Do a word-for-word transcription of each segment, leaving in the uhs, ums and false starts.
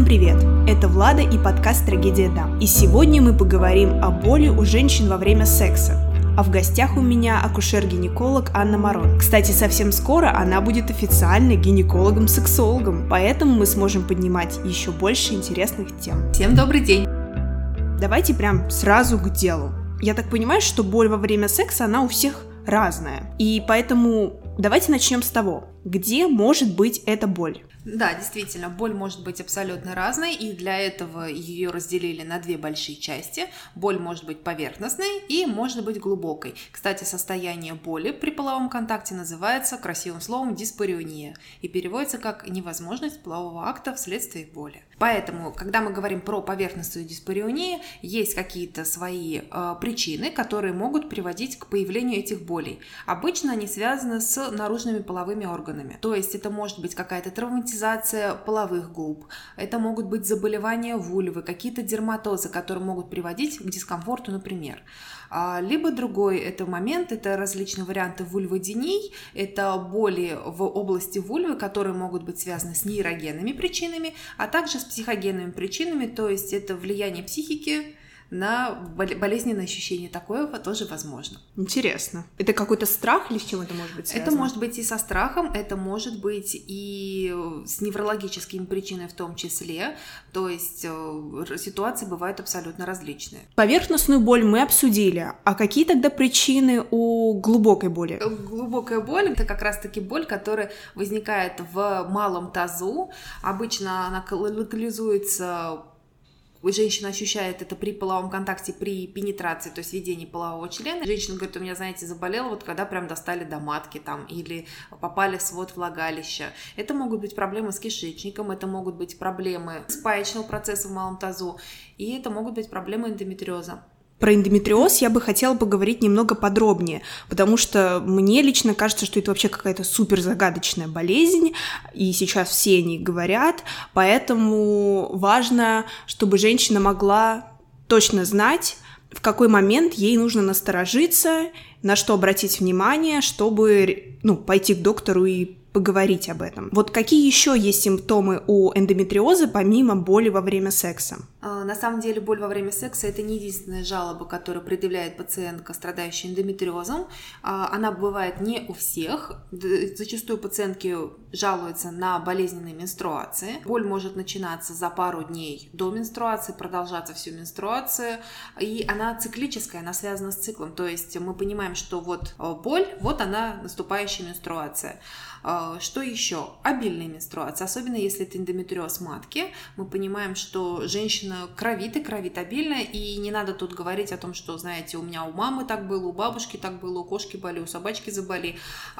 привет! Это Влада и подкаст «Трагедия дам». И сегодня мы поговорим о боли у женщин во время секса. А в гостях у меня акушер-гинеколог Анна Марон. Кстати, совсем скоро она будет официально гинекологом-сексологом, поэтому мы сможем поднимать еще больше интересных тем. Всем добрый день! Давайте прям сразу к делу. Я так понимаю, что боль во время секса, она у всех разная. И поэтому давайте начнем с того, где может быть эта боль. Да, действительно, боль может быть абсолютно разной, и для этого ее разделили на две большие части. Боль может быть поверхностной и может быть глубокой. Кстати, состояние боли при половом контакте называется красивым словом диспариония и переводится как невозможность полового акта вследствие боли. Поэтому, когда мы говорим про поверхностную диспарионию, есть какие-то свои э, причины, которые могут приводить к появлению этих болей. Обычно они связаны с наружными половыми органами. То есть это может быть какая-то травматизация половых губ, это могут быть заболевания вульвы, какие-то дерматозы, которые могут приводить к дискомфорту, например. Либо другой это момент, это различные варианты вульводинии, это боли в области вульвы, которые могут быть связаны с нейрогенными причинами, а также с психогенными причинами, то есть это влияние психики на болезненное ощущение, такое тоже возможно. Интересно. Это какой-то страх или с чем это может быть связано? Это может быть и со страхом, это может быть и с неврологическими причинами в том числе, то есть ситуации бывают абсолютно различные. Поверхностную боль мы обсудили, а какие тогда причины у глубокой боли? Глубокая боль – это как раз-таки боль, которая возникает в малом тазу, обычно она локализуется. Женщина ощущает это при половом контакте, при пенетрации, то есть введении полового члена. Женщина говорит, у меня, знаете, заболело, вот когда прям достали до матки там, или попали в свод влагалища. Это могут быть проблемы с кишечником, это могут быть проблемы спаечного процесса в малом тазу, и это могут быть проблемы эндометриоза. Про эндометриоз я бы хотела поговорить немного подробнее, потому что мне лично кажется, что это вообще какая-то супер загадочная болезнь, и сейчас все о ней говорят, поэтому важно, чтобы женщина могла точно знать, в какой момент ей нужно насторожиться, на что обратить внимание, чтобы, ну, пойти к доктору и поговорить об этом. Вот какие еще есть симптомы у эндометриоза, помимо боли во время секса? На самом деле боль во время секса – это не единственная жалоба, которую предъявляет пациентка, страдающая эндометриозом. Она бывает не у всех. Зачастую пациентки жалуются на болезненные менструации. Боль может начинаться за пару дней до менструации, продолжаться всю менструацию. И она циклическая, она связана с циклом. То есть мы понимаем, что вот боль, вот она, наступающая менструация. Что еще? Обильная менструация, особенно если это эндометриоз матки. Мы понимаем, что женщина кровит и кровит обильно, и не надо тут говорить о том, что, знаете, у меня у мамы так было, у бабушки так было, у кошки болели, у собачки заболели.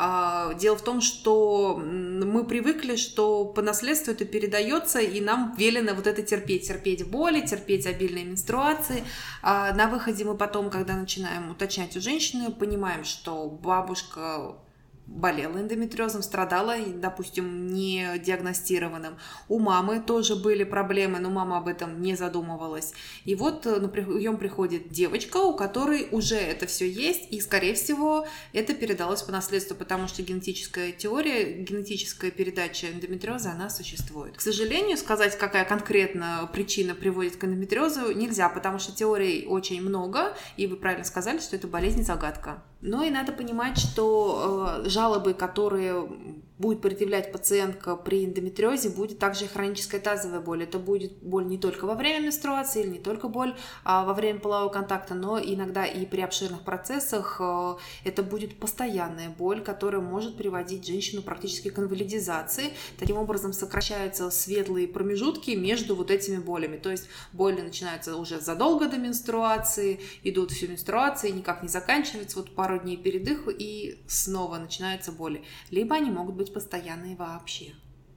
Дело в том, что мы привыкли, что по наследству это передается, и нам велено вот это терпеть, терпеть боли, терпеть обильные менструации. На выходе мы потом, когда начинаем уточнять у женщины, понимаем, что бабушка болела эндометриозом, страдала, допустим, не диагностированным. У мамы тоже были проблемы, но мама об этом не задумывалась. И вот на прием приходит девочка, у которой уже это все есть, и, скорее всего, это передалось по наследству, потому что генетическая теория, генетическая передача эндометриоза, она существует. К сожалению, сказать, какая конкретно причина приводит к эндометриозу, нельзя, потому что теорий очень много, и вы правильно сказали, что это болезнь-загадка. Но и надо понимать, что э, жалобы, которые будет предъявлять пациентка при эндометриозе, будет также и хроническая тазовая боль. Это будет боль не только во время менструации или не только боль а во время полового контакта, но иногда и при обширных процессах э, это будет постоянная боль, которая может приводить женщину практически к инвалидизации. Таким образом сокращаются светлые промежутки между вот этими болями. То есть боли начинаются уже задолго до менструации, идут всю менструацию и никак не заканчиваются. Вот пару дней передых, и снова начинаются боли. Либо они могут быть постоянные вообще.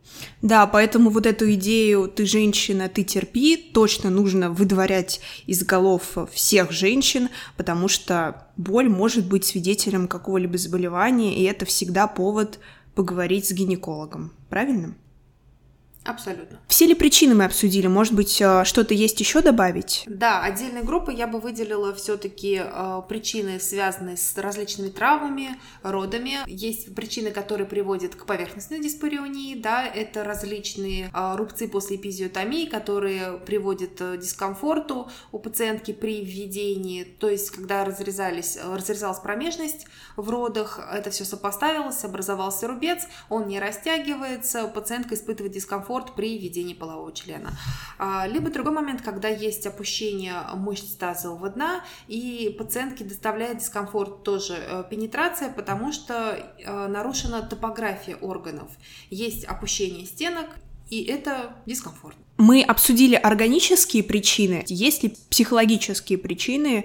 Да, поэтому вот эту идею «ты женщина, ты терпи» точно нужно выдворять из голов всех женщин, потому что боль может быть свидетелем какого-либо заболевания, и это всегда повод поговорить с гинекологом. Правильно? Абсолютно. Все ли причины мы обсудили? Может быть, что-то есть еще добавить? Да, отдельной группой я бы выделила все-таки э, причины, связанные с различными травмами, родами. Есть причины, которые приводят к поверхностной диспареонии, да, это различные э, рубцы после эпизиотомии, которые приводят к дискомфорту у пациентки при введении, то есть когда разрезались, разрезалась промежность в родах, это все сопоставилось, образовался рубец, он не растягивается, пациентка испытывает дискомфорт при введении полового члена. Либо другой момент, когда есть опущение мышц тазового дна, и пациентке доставляет дискомфорт тоже пенетрация, потому что нарушена топография органов. Есть опущение стенок, и это дискомфорт. Мы обсудили органические причины. Есть ли психологические причины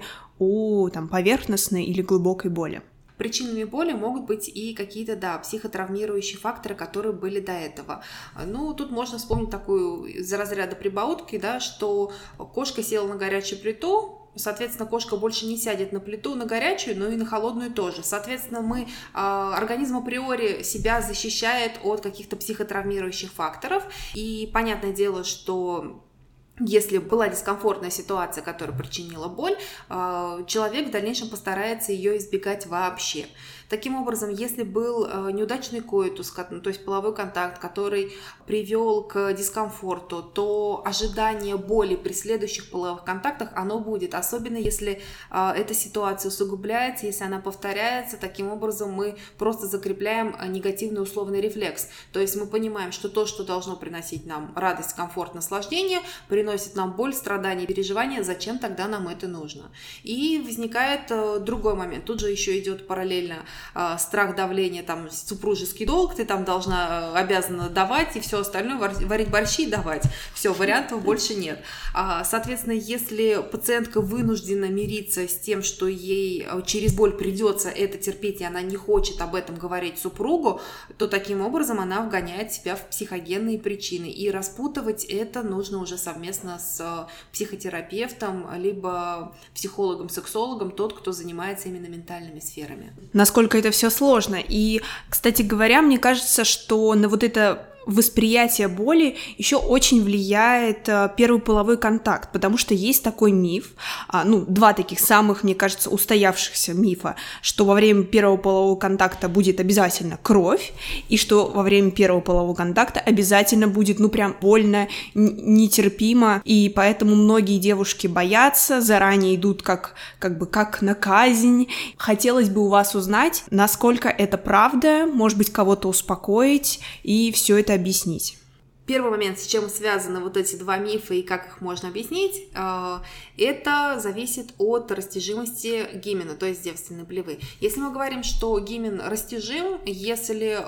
у там, поверхностной или глубокой боли? Причинами боли могут быть и какие-то, да, психотравмирующие факторы, которые были до этого. Ну, тут можно вспомнить такую из разряда прибаутки, да, что кошка села на горячую плиту, соответственно, кошка больше не сядет на плиту на горячую, но и на холодную тоже. Соответственно, мы, э, организм априори себя защищает от каких-то психотравмирующих факторов. И понятное дело, что если была дискомфортная ситуация, которая причинила боль, человек в дальнейшем постарается ее избегать вообще. Таким образом, если был неудачный коитус, то есть половой контакт, который привел к дискомфорту, то ожидание боли при следующих половых контактах, оно будет, особенно если эта ситуация усугубляется, если она повторяется. Таким образом, мы просто закрепляем негативный условный рефлекс. То есть мы понимаем, что то, что должно приносить нам радость, комфорт, наслаждение, приносит нам боль, страдания, переживания, зачем тогда нам это нужно? И возникает другой момент. Тут же еще идет параллельно страх давления, там, супружеский долг, ты там должна, обязана давать, и все остальное, варить борщи и давать. Все, вариантов больше нет. Соответственно, если пациентка вынуждена мириться с тем, что ей через боль придется это терпеть, и она не хочет об этом говорить супругу, то таким образом она вгоняет себя в психогенные причины. И распутывать это нужно уже совместно с психотерапевтом, либо психологом-сексологом, тот, кто занимается именно ментальными сферами. Насколько это все сложно. И, кстати говоря, мне кажется, что на вот это восприятие боли еще очень влияет а, первый половой контакт, потому что есть такой миф, а, ну, два таких самых, мне кажется, устоявшихся мифа, что во время первого полового контакта будет обязательно кровь, и что во время первого полового контакта обязательно будет, ну, прям больно, нетерпимо, и поэтому многие девушки боятся, заранее идут как, как бы, как на казнь. Хотелось бы у вас узнать, насколько это правда, может быть, кого-то успокоить, и все это объяснить. Первый момент, с чем связаны вот эти два мифа и как их можно объяснить, это зависит от растяжимости гимена, то есть девственной плевы. Если мы говорим, что гимен растяжим, если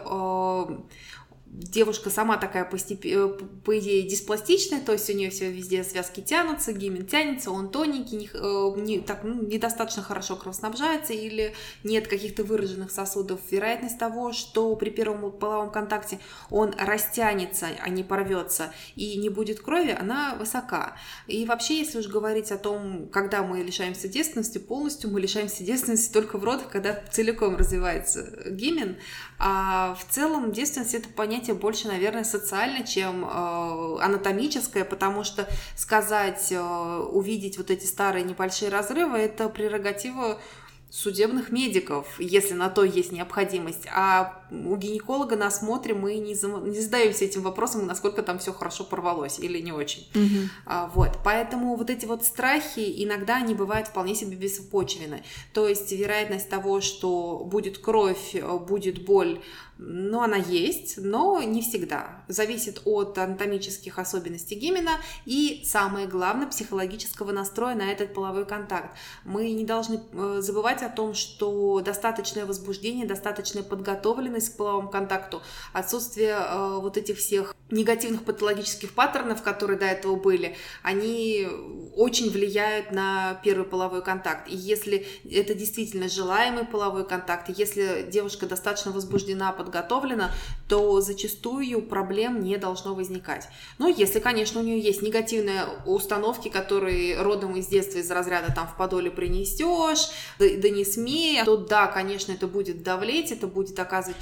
девушка сама такая по, степи, по идее диспластичная, то есть у нее все везде связки тянутся, гимен тянется, он тоненький, не, не, так, ну, недостаточно хорошо кровоснабжается или нет каких-то выраженных сосудов, вероятность того, что при первом половом контакте он растянется, а не порвется и не будет крови, она высока. И вообще, если уж говорить о том, когда мы лишаемся девственности, полностью мы лишаемся девственности только в родах, когда целиком развивается гимен, а в целом девственность — это понятие больше, наверное, социальное, чем э, анатомическое, потому что сказать, э, увидеть вот эти старые небольшие разрывы — это прерогатива судебных медиков, если на то есть необходимость. А у гинеколога на осмотре мы не, за... не задаемся этим вопросом, насколько там все хорошо порвалось или не очень. Mm-hmm. А, вот. Поэтому вот эти вот страхи иногда они бывают вполне себе беспочвенны. То есть вероятность того, что будет кровь, будет боль, ну, она есть, но не всегда. Зависит от анатомических особенностей гимена и, самое главное, психологического настроя на этот половой контакт. Мы не должны забывать о том, что достаточное возбуждение, достаточная подготовленность к половому контакту, отсутствие э, вот этих всех негативных патологических паттернов, которые до этого были, они очень влияют на первый половой контакт. И если это действительно желаемый половой контакт, если девушка достаточно возбуждена, подготовлена, то зачастую проблем не должно возникать. Но если, конечно, у нее есть негативные установки, которые родом из детства из разряда там в подоле принесешь, да, да не смей, то да, конечно, это будет давлеть, это будет оказывать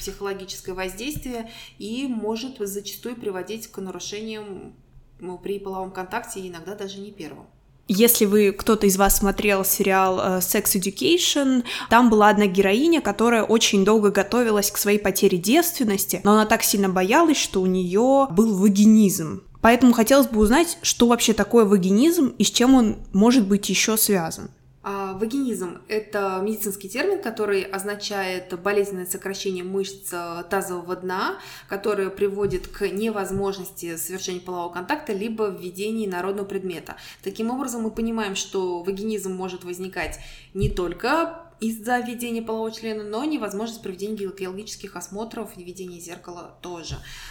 психологическое воздействие и может зачастую приводить к нарушениям при половом контакте, и иногда даже не первом. Если вы, кто-то из вас смотрел сериал Sex Education, там была одна героиня, которая очень долго готовилась к своей потере девственности, но она так сильно боялась, что у нее был вагинизм. Поэтому хотелось бы узнать, что вообще такое вагинизм и с чем он может быть еще связан. Вагинизм – это медицинский термин, который означает болезненное сокращение мышц тазового дна, которое приводит к невозможности совершения полового контакта либо введения инородного предмета. Таким образом, мы понимаем, что вагинизм может возникать не только из-за введения полового члена, но невозможность проведения гинекологических осмотров и введения зеркала тоже.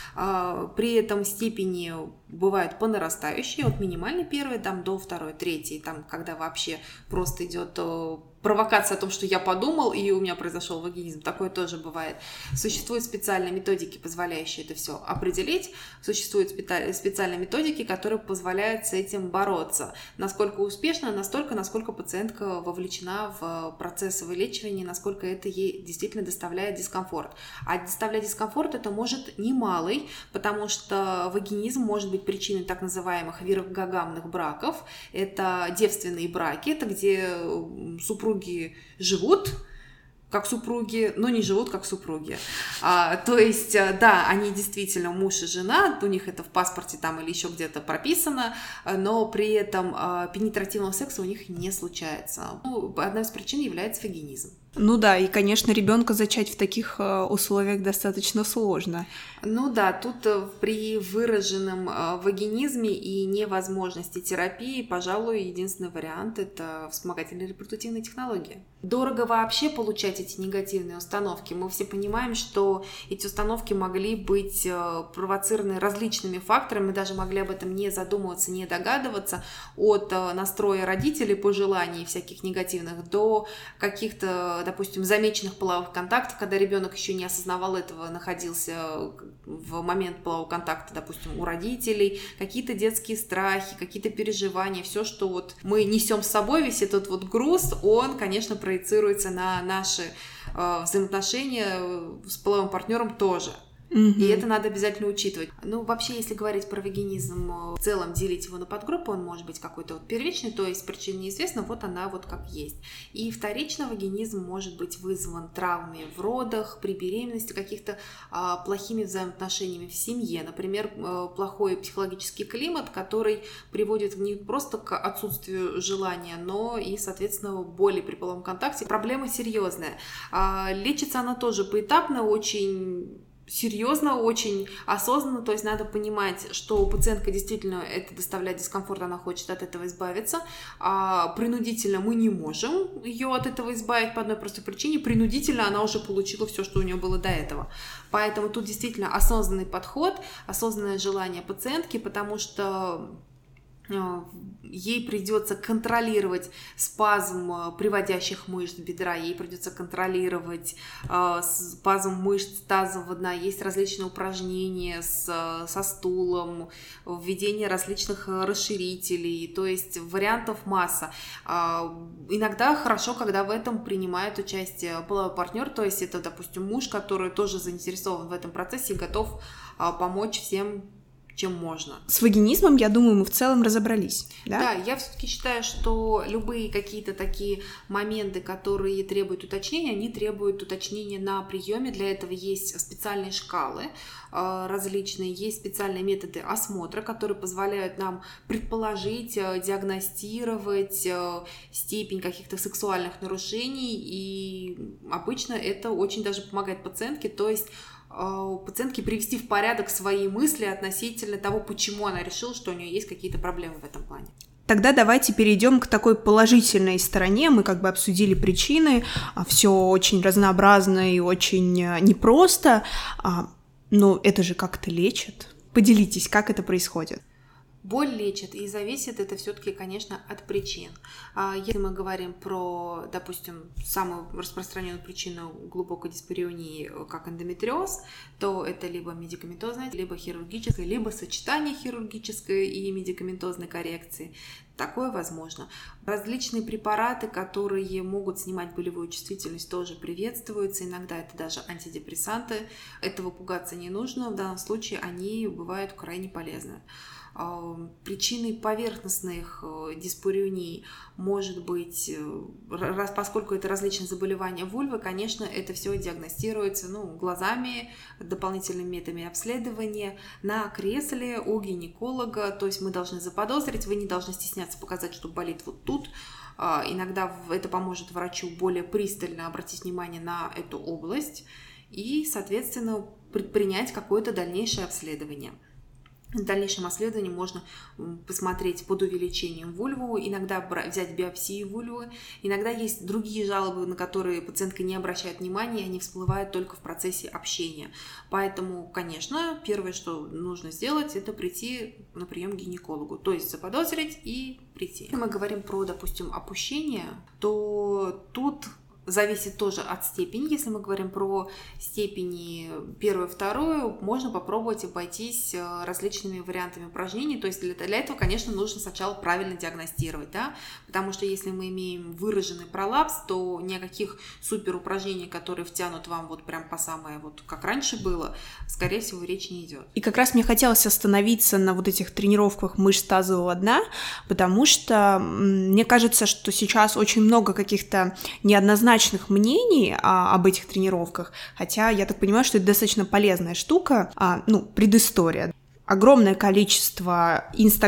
При этом степени бывают по нарастающей, от минимальной первой там, до второй, третьей, там, когда вообще просто идет провокация о том, что я подумал, и у меня произошел вагинизм. Такое тоже бывает. Существуют специальные методики, позволяющие это все определить. Существуют специальные методики, которые позволяют с этим бороться. Насколько успешно, настолько, насколько пациентка вовлечена в процесс вылечивания, насколько это ей действительно доставляет дискомфорт. А доставлять дискомфорт это может немалый, потому что вагинизм может быть причиной так называемых вирогогамных браков. Это девственные браки, это где супруги живут как супруги, но не живут как супруги. А, то есть, да, они действительно муж и жена, у них это в паспорте там или еще где-то прописано, но при этом а, пенетративного секса у них не случается. Ну, одной из причин является вагинизм. Ну да, и, конечно, ребенка зачать в таких э, условиях достаточно сложно. Ну да, тут при выраженном э, вагинизме и невозможности терапии, пожалуй, единственный вариант – это вспомогательные репродуктивные технологии. Дорого вообще получать эти негативные установки. Мы все понимаем, что эти установки могли быть э, провоцированы различными факторами, мы даже могли об этом не задумываться, не догадываться, от э, настроя родителей, пожеланий всяких негативных до каких-то, допустим, замеченных половых контактов, когда ребенок еще не осознавал этого, находился в момент полового контакта, допустим, у родителей, какие-то детские страхи, какие-то переживания, все, что вот мы несем с собой, весь этот вот груз, он, конечно, проецируется на наши э, взаимоотношения с половым партнером тоже. Mm-hmm. И это надо обязательно учитывать. Ну, вообще, если говорить про вагинизм, в целом делить его на подгруппы, он может быть какой-то вот первичный, то есть причина неизвестна, вот она вот как есть. И вторично вагинизм может быть вызван травмами в родах, при беременности, каких-то а, плохими взаимоотношениями в семье. Например, а, плохой психологический климат, который приводит не просто к отсутствию желания, но и, соответственно, боли при половом контакте. Проблема серьезная. А, лечится она тоже поэтапно, очень серьезно, очень осознанно, то есть надо понимать, что пациентка действительно это доставляет дискомфорт, она хочет от этого избавиться, а принудительно мы не можем ее от этого избавить по одной простой причине, принудительно она уже получила все, что у нее было до этого. Поэтому тут действительно осознанный подход, осознанное желание пациентки, потому что ей придется контролировать спазм приводящих мышц бедра, ей придется контролировать э, спазм мышц тазового дна, есть различные упражнения с, со стулом, введение различных расширителей, то есть вариантов масса. Э, иногда хорошо, когда в этом принимает участие половой партнер, то есть это, допустим, муж, который тоже заинтересован в этом процессе и готов э, помочь всем, чем можно. С вагинизмом, я думаю, мы в целом разобрались, да? Да, я все-таки считаю, что любые какие-то такие моменты, которые требуют уточнения, они требуют уточнения на приеме. Для этого есть специальные шкалы э, различные, есть специальные методы осмотра, которые позволяют нам предположить, э, диагностировать э, степень каких-то сексуальных нарушений, и обычно это очень даже помогает пациентке, то есть у пациентки привести в порядок свои мысли относительно того, почему она решила, что у нее есть какие-то проблемы в этом плане. Тогда давайте перейдем к такой положительной стороне. Мы как бы обсудили причины, все очень разнообразно и очень непросто, но это же как-то лечит. Поделитесь, как это происходит. Боль лечит, и зависит это все-таки, конечно, от причин. Если мы говорим про, допустим, самую распространенную причину глубокой дисбарионии, как эндометриоз, то это либо медикаментозная, либо хирургическая, либо сочетание хирургической и медикаментозной коррекции. Такое возможно. Различные препараты, которые могут снимать болевую чувствительность, тоже приветствуются. Иногда это даже антидепрессанты. Этого пугаться не нужно. В данном случае они бывают крайне полезны. Причиной поверхностных диспарионий может быть, поскольку это различные заболевания вульвы, конечно, это все диагностируется ну, глазами, дополнительными методами обследования, на кресле у гинеколога, то есть мы должны заподозрить, вы не должны стесняться показать, что болит вот тут. Иногда это поможет врачу более пристально обратить внимание на эту область и, соответственно, предпринять какое-то дальнейшее обследование. В дальнейшем обследовании можно посмотреть под увеличением вульву, иногда взять биопсию вульвы. Иногда есть другие жалобы, на которые пациентка не обращает внимания, они всплывают только в процессе общения. Поэтому, конечно, первое, что нужно сделать, это прийти на прием к гинекологу, то есть заподозрить и прийти. Если мы говорим про, допустим, опущение, то тут зависит тоже от степени. Если мы говорим про степени первую, вторую, можно попробовать обойтись различными вариантами упражнений. То есть для, для этого, конечно, нужно сначала правильно диагностировать, да? Потому что если мы имеем выраженный пролапс, то ни о каких супер упражнениях, которые втянут вам вот прям по самое, вот как раньше было, скорее всего, речь не идет. И как раз мне хотелось остановиться на вот этих тренировках мышц тазового дна, потому что мне кажется, что сейчас очень много каких-то неоднозначных мнений а, об этих тренировках, хотя я так понимаю, что это достаточно полезная штука, а, ну, предыстория. Огромное количество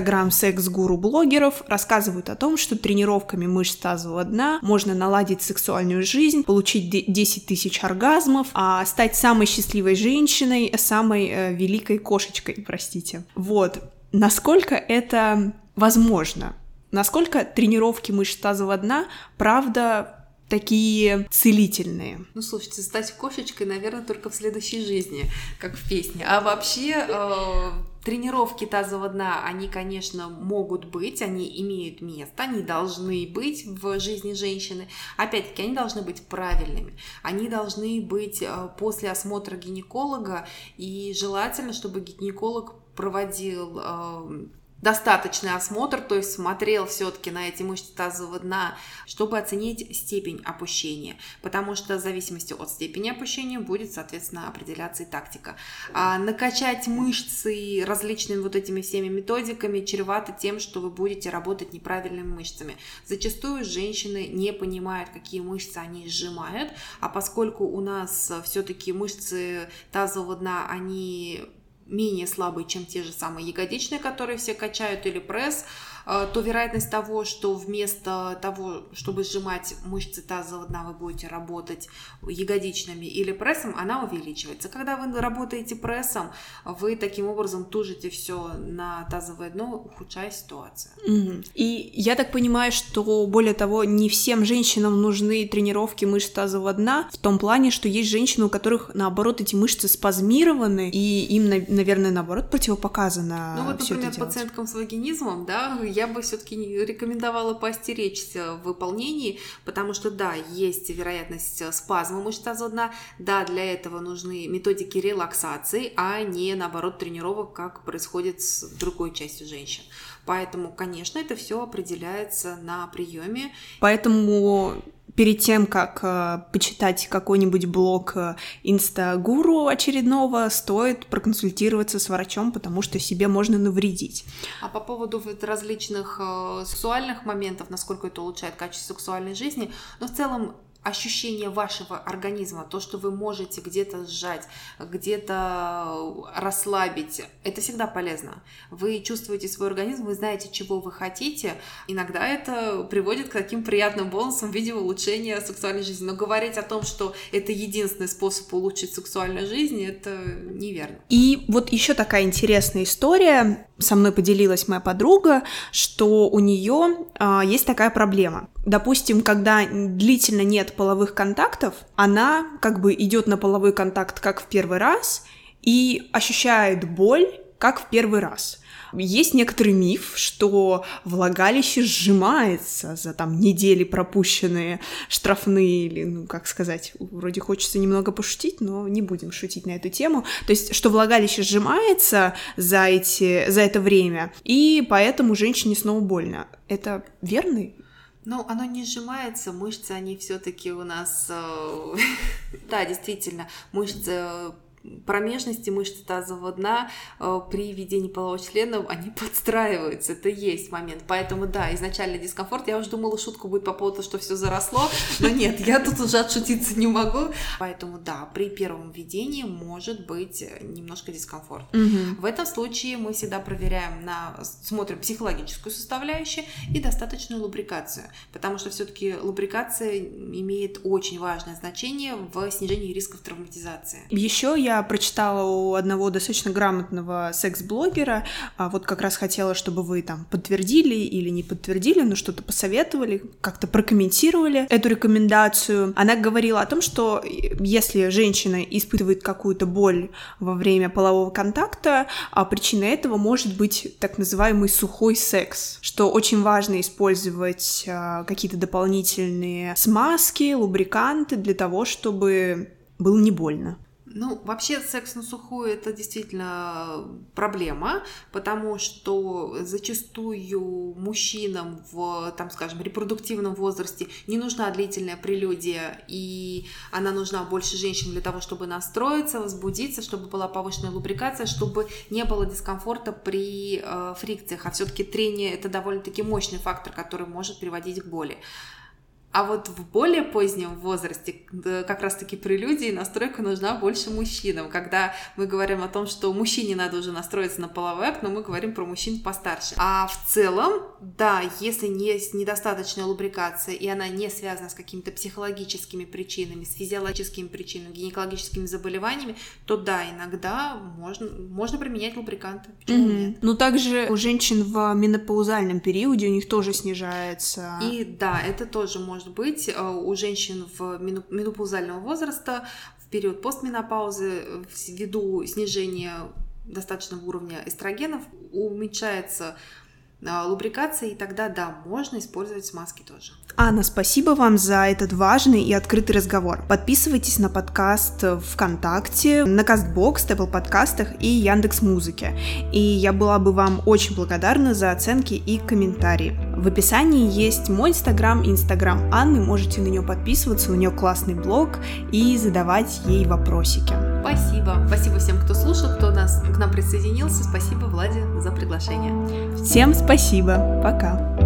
инстаграм-секс-гуру-блогеров рассказывают о том, что тренировками мышц тазового дна можно наладить сексуальную жизнь, получить десять тысяч оргазмов, а стать самой счастливой женщиной, самой э, великой кошечкой, простите. Вот. Насколько это возможно? Насколько тренировки мышц тазового дна, правда, такие целительные? Ну, слушайте, стать кошечкой, наверное, только в следующей жизни, как в песне. А вообще, э, тренировки тазового дна, они, конечно, могут быть, они имеют место, они должны быть в жизни женщины. Опять-таки, они должны быть правильными. Они должны быть э, после осмотра гинеколога, и желательно, чтобы гинеколог проводил э, достаточный осмотр, то есть смотрел все-таки на эти мышцы тазового дна, чтобы оценить степень опущения, потому что в зависимости от степени опущения будет, соответственно, определяться и тактика. А накачать мышцы различными вот этими всеми методиками чревато тем, что вы будете работать неправильными мышцами. Зачастую женщины не понимают, какие мышцы они сжимают, а поскольку у нас все-таки мышцы тазового дна, они менее слабые, чем те же самые ягодичные, которые все качают, или пресс, то вероятность того, что вместо того, чтобы сжимать мышцы тазового дна, вы будете работать ягодичными или прессом, она увеличивается. Когда вы работаете прессом, вы таким образом тужите все на тазовое дно, ухудшая ситуацию. Угу. И я так понимаю, что, более того, не всем женщинам нужны тренировки мышц тазового дна, в том плане, что есть женщины, у которых, наоборот, эти мышцы спазмированы, и им, наверное, наоборот, противопоказано. Ну вот, всё например, это делать. пациенткам с вагинизмом, да, я бы все-таки рекомендовала поостеречься в выполнении, потому что, да, есть вероятность спазма мышц тазового дна, да, для этого нужны методики релаксации, а не, наоборот, тренировок, как происходит с другой частью женщин. Поэтому, конечно, это все определяется на приеме. Поэтому перед тем, как э, почитать какой-нибудь блог э, инстагуру очередного, стоит проконсультироваться с врачом, потому что себе можно навредить. А по поводу вот различных э, сексуальных моментов, насколько это улучшает качество сексуальной жизни, но в целом ощущение вашего организма, то, что вы можете где-то сжать, где-то расслабить, это всегда полезно. Вы чувствуете свой организм, вы знаете, чего вы хотите. Иногда это приводит к таким приятным бонусам в виде улучшения сексуальной жизни. Но говорить о том, что это единственный способ улучшить сексуальную жизнь, это неверно. И вот еще такая интересная история. Со мной поделилась моя подруга, что у нее э, есть такая проблема. Допустим, когда длительно нет половых контактов, она как бы идет на половой контакт как в первый раз и ощущает боль как в первый раз. Есть некоторый миф, что влагалище сжимается за там недели пропущенные штрафные, или, ну, как сказать, вроде хочется немного пошутить, но не будем шутить на эту тему. То есть, что влагалище сжимается за, эти, за это время, и поэтому женщине снова больно. Это верно? Ну, оно не сжимается, мышцы, они все-таки у нас... Да, действительно, мышцы промежности, мышцы тазового дна при ведении полового члена, они подстраиваются, это есть момент. Поэтому, да, изначальный дискомфорт. Я уже думала, шутка будет по поводу, что все заросло, но нет, я тут уже отшутиться не могу. Поэтому, да, при первом введении может быть немножко дискомфорт. Угу. В этом случае мы всегда проверяем, на, смотрим психологическую составляющую и достаточную лубрикацию, потому что все-таки лубрикация имеет очень важное значение в снижении рисков травматизации. Еще я прочитала у одного достаточно грамотного секс-блогера, а вот как раз хотела, чтобы вы там подтвердили или не подтвердили, но что-то посоветовали, как-то прокомментировали эту рекомендацию. Она говорила о том, что если женщина испытывает какую-то боль во время полового контакта, а причиной этого может быть так называемый сухой секс, что очень важно использовать а, какие-то дополнительные смазки, лубриканты для того, чтобы было не больно. Ну, вообще секс на сухую — это действительно проблема, потому что зачастую мужчинам в, там, скажем, репродуктивном возрасте не нужна длительная прелюдия, и она нужна больше женщинам для того, чтобы настроиться, возбудиться, чтобы была повышенная лубрикация, чтобы не было дискомфорта при э, фрикциях, а все-таки трение — это довольно-таки мощный фактор, который может приводить к боли. А вот в более позднем возрасте как раз-таки прелюдия и настройка нужна больше мужчинам. Когда мы говорим о том, что мужчине надо уже настроиться на половой акт, но мы говорим про мужчин постарше. А в целом, да, если есть недостаточная лубрикация, и она не связана с какими-то психологическими причинами, с физиологическими причинами, гинекологическими заболеваниями, то да, иногда можно, можно применять лубриканты. Почему mm-hmm. нет? Ну, также у женщин в менопаузальном периоде у них тоже снижается... И да, это тоже может Может быть, у женщин в менопаузального возраста в период постменопаузы ввиду снижения достаточного уровня эстрогенов уменьшается лубрикация, и тогда, да, можно использовать смазки тоже. Анна, спасибо вам за этот важный и открытый разговор. Подписывайтесь на подкаст ВКонтакте, на Castbox, Apple подкастах и Яндекс.Музыке. И я была бы вам очень благодарна за оценки и комментарии. В описании есть мой Инстаграм и Инстаграм Анны, можете на нее подписываться, у нее классный блог, и задавать ей вопросики. Спасибо. Спасибо всем, кто слушал, кто нас, к нам присоединился. Спасибо, Владе, за приглашение. Всем спасибо. Пока.